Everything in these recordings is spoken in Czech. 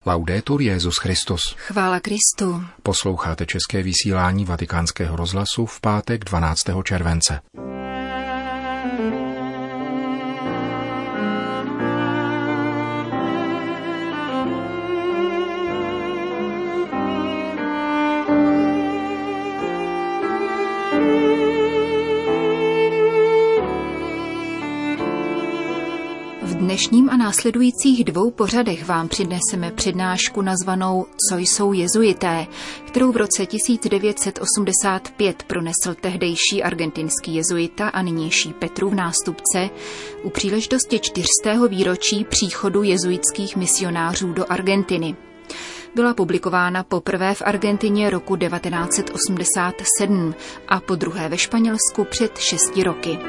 Laudetur Jesus Christus. Chvála Kristu. Posloucháte české vysílání Vatikánského rozhlasu v pátek 12. července. V dnešním a následujících 2 pořadech vám přineseme přednášku nazvanou Co jsou jezuité, kterou v roce 1985 pronesl tehdejší argentinský jezuita a nynější Petrův nástupce u příležitosti 400. výročí příchodu jezuitských misionářů do Argentiny. Byla publikována poprvé v Argentině roku 1987 a podruhé ve Španělsku před 6 roky.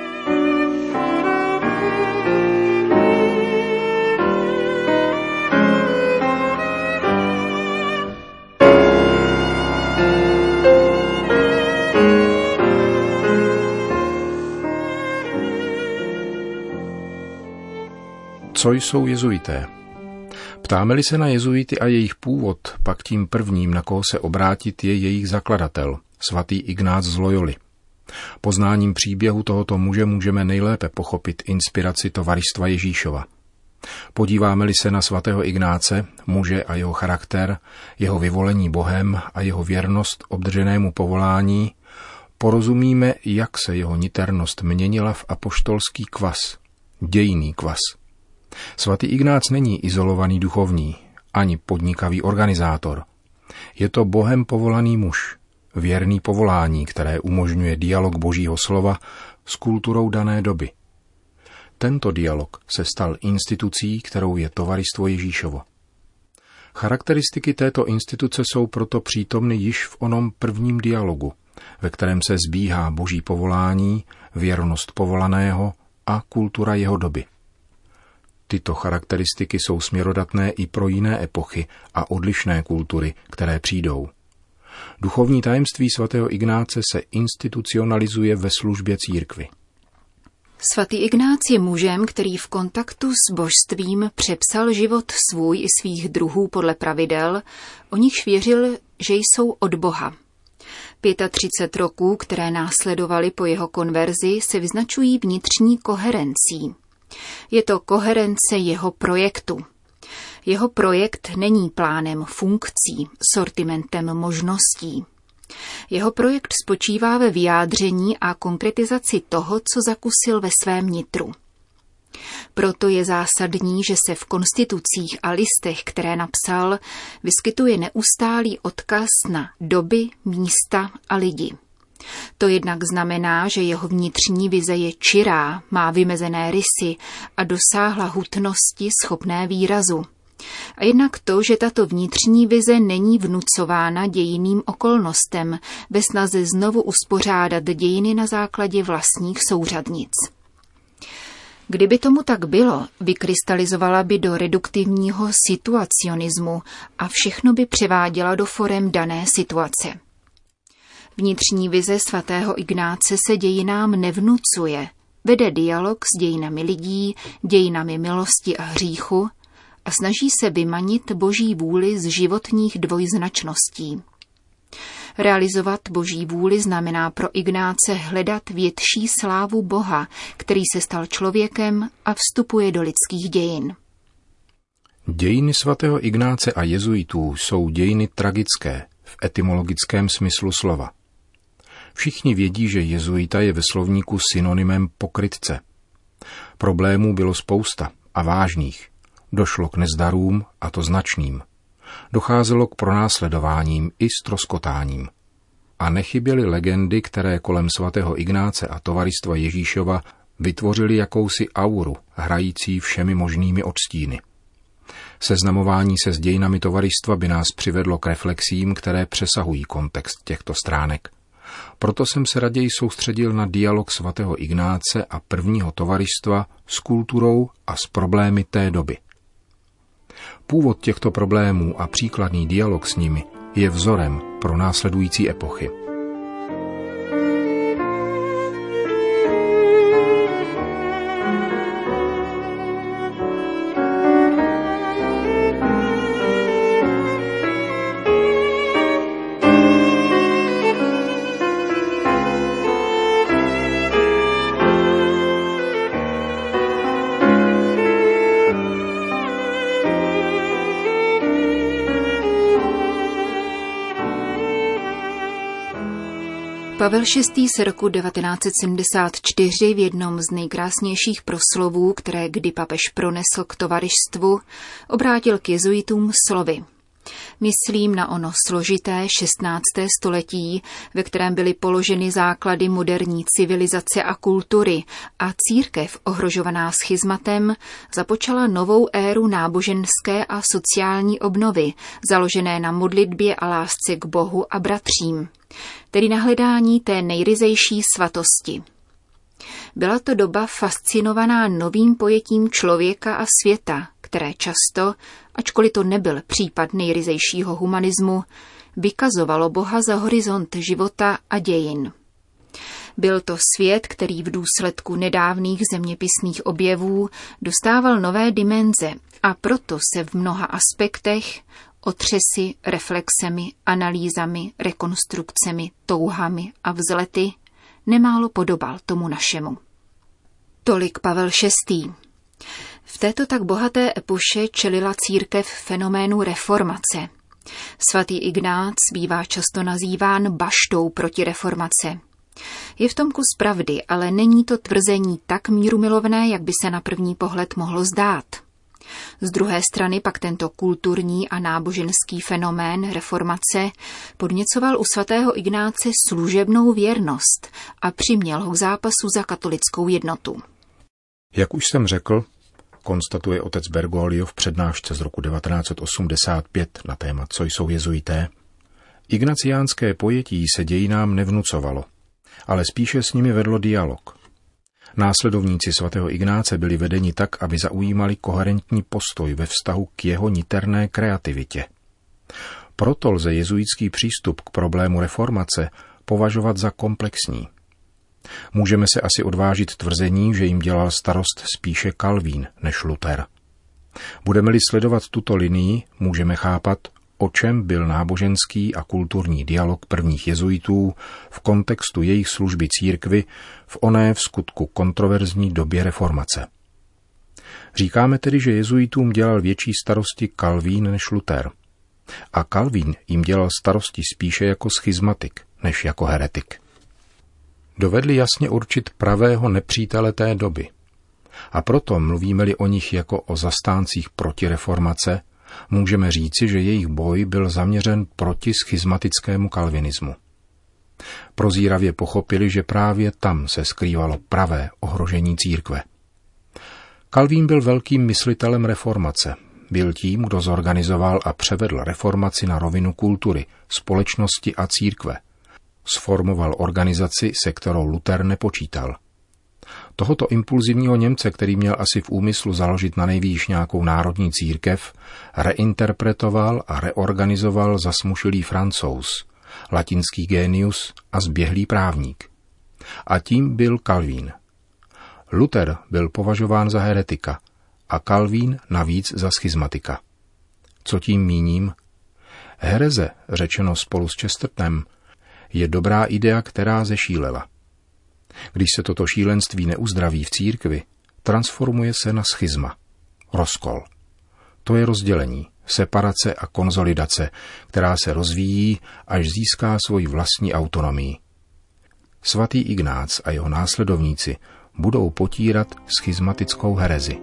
Co jsou jezuité? Ptáme-li se na jezuity a jejich původ, pak tím prvním, na koho se obrátit, je jejich zakladatel, svatý Ignác z Loyoli. Poznáním příběhu tohoto muže můžeme nejlépe pochopit inspiraci tovaristva Ježíšova. Podíváme-li se na svatého Ignáce, muže a jeho charakter, jeho vyvolení Bohem a jeho věrnost obdrženému povolání, porozumíme, jak se jeho niternost měnila v apoštolský kvas, dějinný kvas. Svatý Ignác není izolovaný duchovní, ani podnikavý organizátor. Je to Bohem povolaný muž, věrný povolání, které umožňuje dialog Božího slova s kulturou dané doby. Tento dialog se stal institucí, kterou je tovaristvo Ježíšovo. Charakteristiky této instituce jsou proto přítomny již v onom prvním dialogu, ve kterém se sbíhá Boží povolání, věrnost povolaného a kultura jeho doby. Tyto charakteristiky jsou směrodatné i pro jiné epochy a odlišné kultury, které přijdou. Duchovní tajemství svatého Ignáce se institucionalizuje ve službě církvi. Svatý Ignác je mužem, který v kontaktu s božstvím přepsal život svůj i svých druhů podle pravidel, o nichž věřil, že jsou od Boha. 35 roků, které následovaly po jeho konverzi, se vyznačují vnitřní koherencí. Je to koherence jeho projektu. Jeho projekt není plánem funkcí, sortimentem možností. Jeho projekt spočívá ve vyjádření a konkretizaci toho, co zakusil ve svém nitru. Proto je zásadní, že se v konstitucích a listech, které napsal, vyskytuje neustálý odkaz na doby, místa a lidi. To jednak znamená, že jeho vnitřní vize je čirá, má vymezené rysy a dosáhla hutnosti schopné výrazu. A jednak to, že tato vnitřní vize není vnucována dějinným okolnostem ve snaze znovu uspořádat dějiny na základě vlastních souřadnic. Kdyby tomu tak bylo, vykrystalizovala by do reduktivního situacionismu a všechno by převáděla do forem dané situace. Vnitřní vize svatého Ignáce se dějinám nevnucuje, vede dialog s dějinami lidí, dějinami milosti a hříchu a snaží se vymanit Boží vůli z životních dvojznačností. Realizovat Boží vůli znamená pro Ignáce hledat větší slávu Boha, který se stal člověkem a vstupuje do lidských dějin. Dějiny svatého Ignáce a jezuitů jsou dějiny tragické v etymologickém smyslu slova. Všichni vědí, že jezuita je ve slovníku synonymem pokrytce. Problémů bylo spousta a vážných. Došlo k nezdarům, a to značným. Docházelo k pronásledováním i ztroskotáním. A nechyběly legendy, které kolem svatého Ignáce a tovaristva Ježíšova vytvořili jakousi auru, hrající všemi možnými odstíny. Seznamování se s dějinami tovaristva by nás přivedlo k reflexím, které přesahují kontext těchto stránek. Proto jsem se raději soustředil na dialog svatého Ignáce a prvního tovaristva s kulturou a s problémy té doby. Původ těchto problémů a příkladný dialog s nimi je vzorem pro následující epochy. Pavel VI. Se roku 1974 v jednom z nejkrásnějších proslovů, které kdy papež pronesl k tovaryštvu, obrátil k jezuitům slovy: Myslím na ono složité 16. století, ve kterém byly položeny základy moderní civilizace a kultury a církev, ohrožovaná schizmatem, započala novou éru náboženské a sociální obnovy, založené na modlitbě a lásce k Bohu a bratřím, tedy na hledání té nejryzejší svatosti. Byla to doba fascinovaná novým pojetím člověka a světa, které často, ačkoliv to nebyl případ nejryzejšího humanismu, vykazovalo Boha za horizont života a dějin. Byl to svět, který v důsledku nedávných zeměpisných objevů dostával nové dimenze a proto se v mnoha aspektech otřesy, reflexemi, analýzami, rekonstrukcemi, touhami a vzlety nemálo podobal tomu našemu. Tolik Pavel VI. V této tak bohaté epoše čelila církev fenoménu reformace. Svatý Ignác bývá často nazýván baštou proti reformace. Je v tom kus pravdy, ale není to tvrzení tak mírumilovné, jak by se na první pohled mohlo zdát. Z druhé strany pak tento kulturní a náboženský fenomén reformace podněcoval u svatého Ignáce služebnou věrnost a přiměl ho k zápasu za katolickou jednotu. Jak už jsem řekl, konstatuje otec Bergoglio v přednášce z roku 1985 na téma Co jsou jezuité, ignaciánské pojetí se dějinám nevnucovalo, ale spíše s nimi vedlo dialog. Následovníci svatého Ignáce byli vedeni tak, aby zaujímali koherentní postoj ve vztahu k jeho niterné kreativitě. Proto lze jezuitský přístup k problému reformace považovat za komplexní. Můžeme se asi odvážit tvrzení, že jim dělal starost spíše Kalvín než Luther. Budeme-li sledovat tuto linii, můžeme chápat, o čem byl náboženský a kulturní dialog prvních jezuitů v kontextu jejich služby církvi v oné vskutku kontroverzní době reformace. Říkáme tedy, že jezuitům dělal větší starosti Kalvín než Luther. A Kalvín jim dělal starosti spíše jako schizmatik než jako heretik. Dovedli jasně určit pravého nepřítele té doby. A proto mluvíme-li o nich jako o zastáncích protireformace, můžeme říci, že jejich boj byl zaměřen proti schizmatickému kalvinismu. Prozíravě pochopili, že právě tam se skrývalo pravé ohrožení církve. Kalvín byl velkým myslitelem reformace. Byl tím, kdo zorganizoval a převedl reformaci na rovinu kultury, společnosti a církve. Sformoval organizaci, se kterou Luther nepočítal. Tohoto impulzivního Němce, který měl asi v úmyslu založit na nejvýš nějakou národní církev, reinterpretoval a reorganizoval zasmušilý Francouz, latinský génius a zběhlý právník. A tím byl Kalvín. Luther byl považován za heretika a Kalvín navíc za schizmatika. Co tím míním? Hereze, řečeno spolu s Chestertonem, je dobrá idea, která zešílela. Když se toto šílenství neuzdraví v církvi, transformuje se na schizma, rozkol. To je rozdělení, separace a konsolidace, která se rozvíjí, až získá svoji vlastní autonomii. Svatý Ignác a jeho následovníci budou potírat schizmatickou herezi.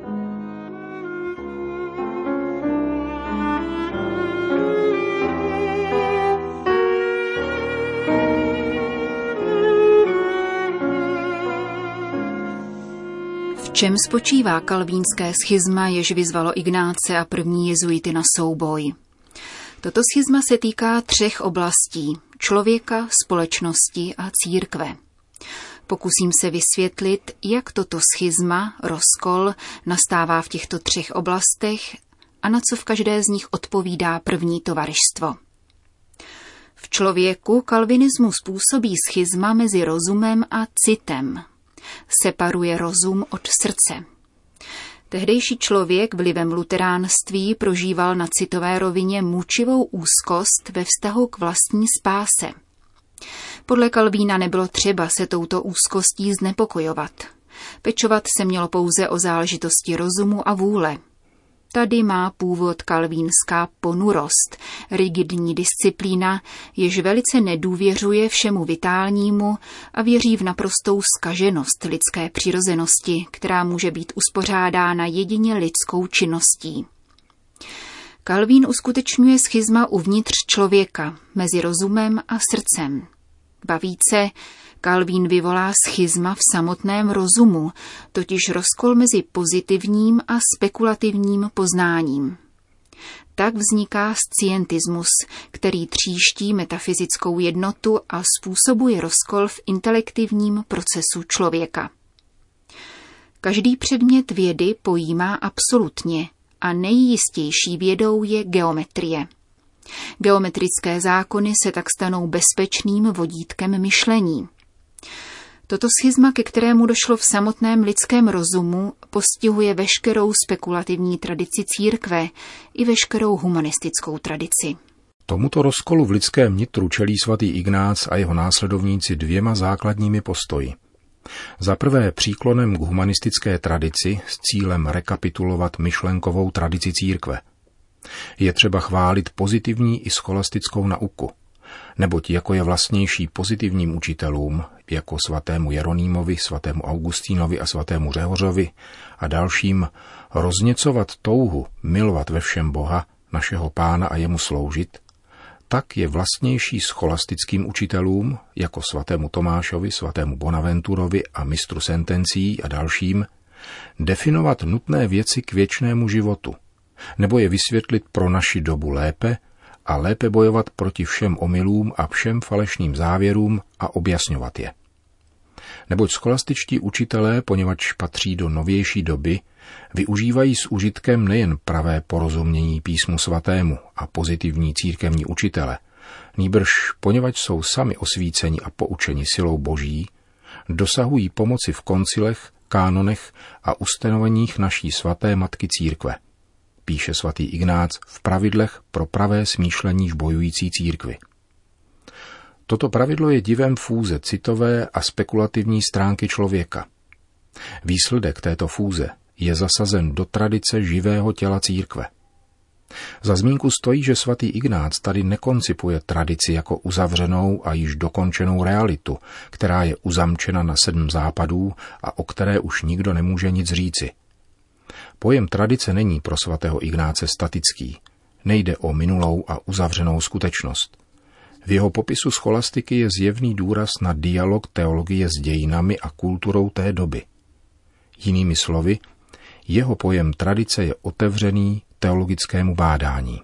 V čem spočívá kalvínské schizma, jež vyzvalo Ignáce a první jezuity na souboj? Toto schizma se týká 3 oblastí – člověka, společnosti a církve. Pokusím se vysvětlit, jak toto schizma, rozkol, nastává v těchto 3 oblastech a na co v každé z nich odpovídá první tovaryštvo. V člověku kalvinismus působí schizma mezi rozumem a citem. Separuje rozum od srdce. Tehdejší člověk vlivem luteránství prožíval na citové rovině mučivou úzkost ve vztahu k vlastní spáse. Podle Kalvína nebylo třeba se touto úzkostí znepokojovat. Pečovat se mělo pouze o záležitosti rozumu a vůle. Tady má původ kalvínská ponurost, rigidní disciplína, jež velice nedůvěřuje všemu vitálnímu a věří v naprostou zkaženost lidské přirozenosti, která může být uspořádána jedině lidskou činností. Kalvín uskutečňuje schizma uvnitř člověka, mezi rozumem a srdcem. Ba více, Kalvín vyvolá schizma v samotném rozumu, totiž rozkol mezi pozitivním a spekulativním poznáním. Tak vzniká scientismus, který tříští metafyzickou jednotu a způsobuje rozkol v intelektivním procesu člověka. Každý předmět vědy pojímá absolutně a nejjistější vědou je geometrie. Geometrické zákony se tak stanou bezpečným vodítkem myšlení. Toto schizma, ke kterému došlo v samotném lidském rozumu, postihuje veškerou spekulativní tradici církve i veškerou humanistickou tradici. Tomuto rozkolu v lidském nitru čelí svatý Ignác a jeho následovníci dvěma základními postoji. Za prvé příklonem k humanistické tradici s cílem rekapitulovat myšlenkovou tradici církve. Je třeba chválit pozitivní i scholastickou nauku, neboť jako je vlastnější pozitivním učitelům, jako svatému Jeronýmovi, svatému Augustínovi a svatému Řehořovi a dalším, rozněcovat touhu milovat ve všem Boha, našeho Pána a jemu sloužit, tak je vlastnější scholastickým učitelům, jako svatému Tomášovi, svatému Bonaventurovi a mistru sentencií a dalším, definovat nutné věci k věčnému životu, nebo je vysvětlit pro naši dobu lépe a lépe bojovat proti všem omylům a všem falešným závěrům a objasňovat je. Neboť scholastičtí učitelé, poněvadž patří do novější doby, využívají s užitkem nejen pravé porozumění písmu svatému a pozitivní církevní učitele, nýbrž poněvadž jsou sami osvíceni a poučeni silou Boží, dosahují pomoci v koncilech, kánonech a ustanoveních naší svaté matky církve, píše svatý Ignác v pravidlech pro pravé smýšlení bojující církvi. Toto pravidlo je divem fúze citové a spekulativní stránky člověka. Výsledek této fúze je zasazen do tradice živého těla církve. Za zmínku stojí, že svatý Ignác tady nekoncipuje tradici jako uzavřenou a již dokončenou realitu, která je uzamčena na 7 západů a o které už nikdo nemůže nic říci. Pojem tradice není pro svatého Ignáce statický. Nejde o minulou a uzavřenou skutečnost. V jeho popisu scholastiky je zjevný důraz na dialog teologie s dějinami a kulturou té doby. Jinými slovy, jeho pojem tradice je otevřený teologickému bádání.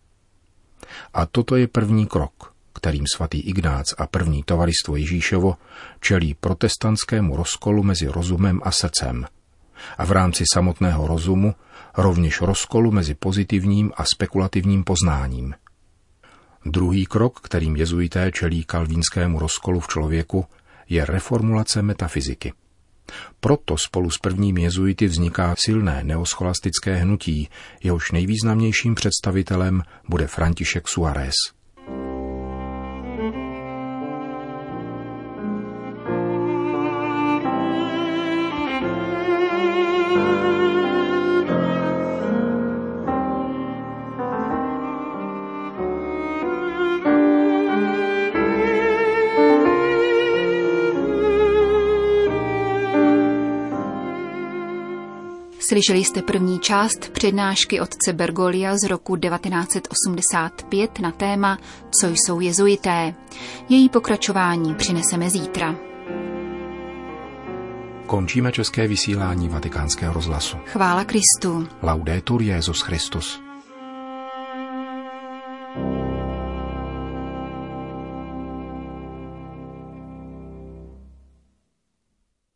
A toto je první krok, kterým svatý Ignác a první tovaristvo Ježíšovo čelí protestantskému rozkolu mezi rozumem a srdcem. A v rámci samotného rozumu rovněž rozkolu mezi pozitivním a spekulativním poznáním. Druhý krok, kterým jezuité čelí kalvínskému rozkolu v člověku, je reformulace metafyziky. Proto spolu s prvními jezuity vzniká silné neoscholastické hnutí, jehož nejvýznamnějším představitelem bude František Suárez. Slyšeli jste první část přednášky otce Bergoglia z roku 1985 na téma Co jsou jezuité. Její pokračování přineseme zítra. Končíme české vysílání Vatikánského rozhlasu. Chvála Kristu. Laudetur Jesus Christus.